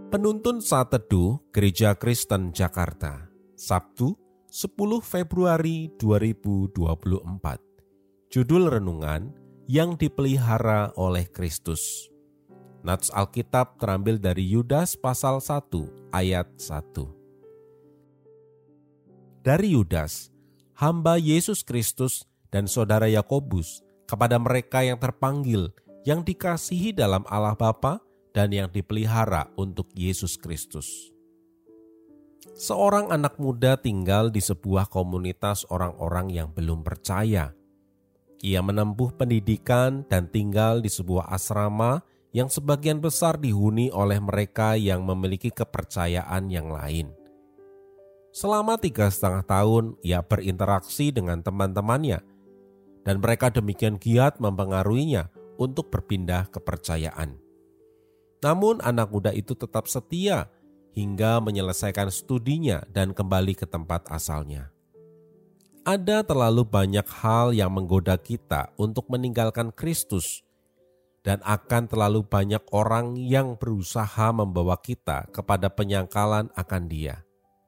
Penuntun Saat Teduh Gereja Kristen Jakarta, Sabtu 10 Februari 2024. Judul renungan, Yang Dipelihara oleh Kristus. Nats Alkitab terambil dari Yudas pasal 1 ayat 1. Dari Yudas, hamba Yesus Kristus dan saudara Yakobus, kepada mereka yang terpanggil, yang dikasihi dalam Allah Bapa dan yang dipelihara untuk Yesus Kristus. Seorang anak muda tinggal di sebuah komunitas orang-orang yang belum percaya. Ia menempuh pendidikan dan tinggal di sebuah asrama yang sebagian besar dihuni oleh mereka yang memiliki kepercayaan yang lain. Selama 3,5 tahun ia berinteraksi dengan teman-temannya, dan mereka demikian giat mempengaruhinya untuk berpindah kepercayaan. Namun anak muda itu tetap setia hingga menyelesaikan studinya dan kembali ke tempat asalnya. Ada terlalu banyak hal yang menggoda kita untuk meninggalkan Kristus, dan akan terlalu banyak orang yang berusaha membawa kita kepada penyangkalan akan Dia.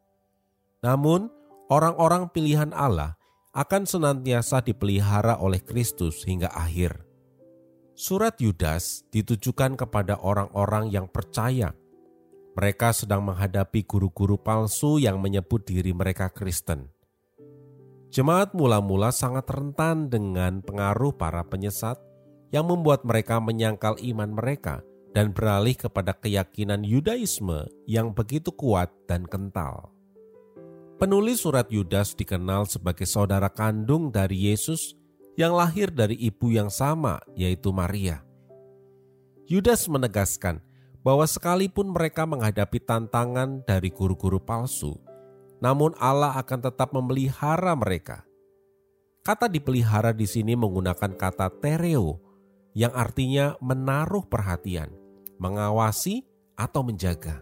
Namun, orang-orang pilihan Allah akan senantiasa dipelihara oleh Kristus hingga akhir. Surat Yudas ditujukan kepada orang-orang yang percaya. Mereka sedang menghadapi guru-guru palsu yang menyebut diri mereka Kristen. Jemaat mula-mula sangat rentan dengan pengaruh para penyesat yang membuat mereka menyangkal iman mereka dan beralih kepada keyakinan Yudaisme yang begitu kuat dan kental. Penulis surat Yudas dikenal sebagai saudara kandung dari Yesus yang lahir dari ibu yang sama, yaitu Maria. Yudas menegaskan bahwa sekalipun mereka menghadapi tantangan dari guru-guru palsu, namun Allah akan tetap memelihara mereka. Kata dipelihara di sini menggunakan kata tereo, yang artinya menaruh perhatian, mengawasi atau menjaga.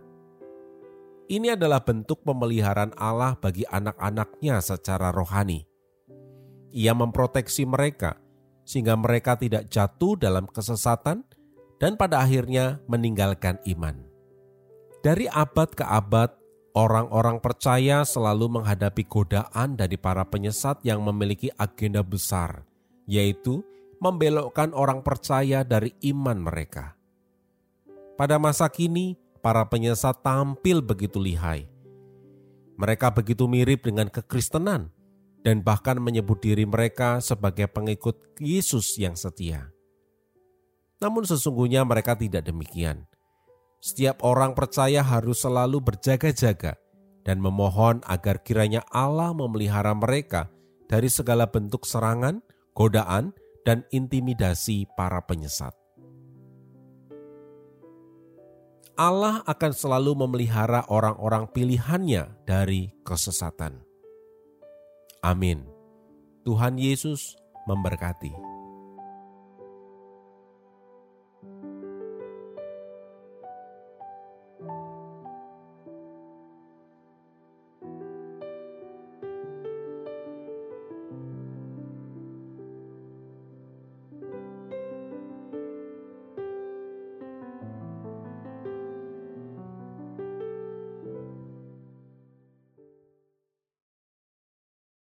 Ini adalah bentuk pemeliharaan Allah bagi anak-anaknya secara rohani. Ia memproteksi mereka sehingga mereka tidak jatuh dalam kesesatan dan pada akhirnya meninggalkan iman. Dari abad ke abad, orang-orang percaya selalu menghadapi godaan dari para penyesat yang memiliki agenda besar, yaitu membelokkan orang percaya dari iman mereka. Pada masa kini, para penyesat tampil begitu lihai. Mereka begitu mirip dengan kekristenan dan bahkan menyebut diri mereka sebagai pengikut Yesus yang setia. Namun sesungguhnya mereka tidak demikian. Setiap orang percaya harus selalu berjaga-jaga dan memohon agar kiranya Allah memelihara mereka dari segala bentuk serangan, godaan, dan intimidasi para penyesat. Allah akan selalu memelihara orang-orang pilihannya dari kesesatan. Amin. Tuhan Yesus memberkati.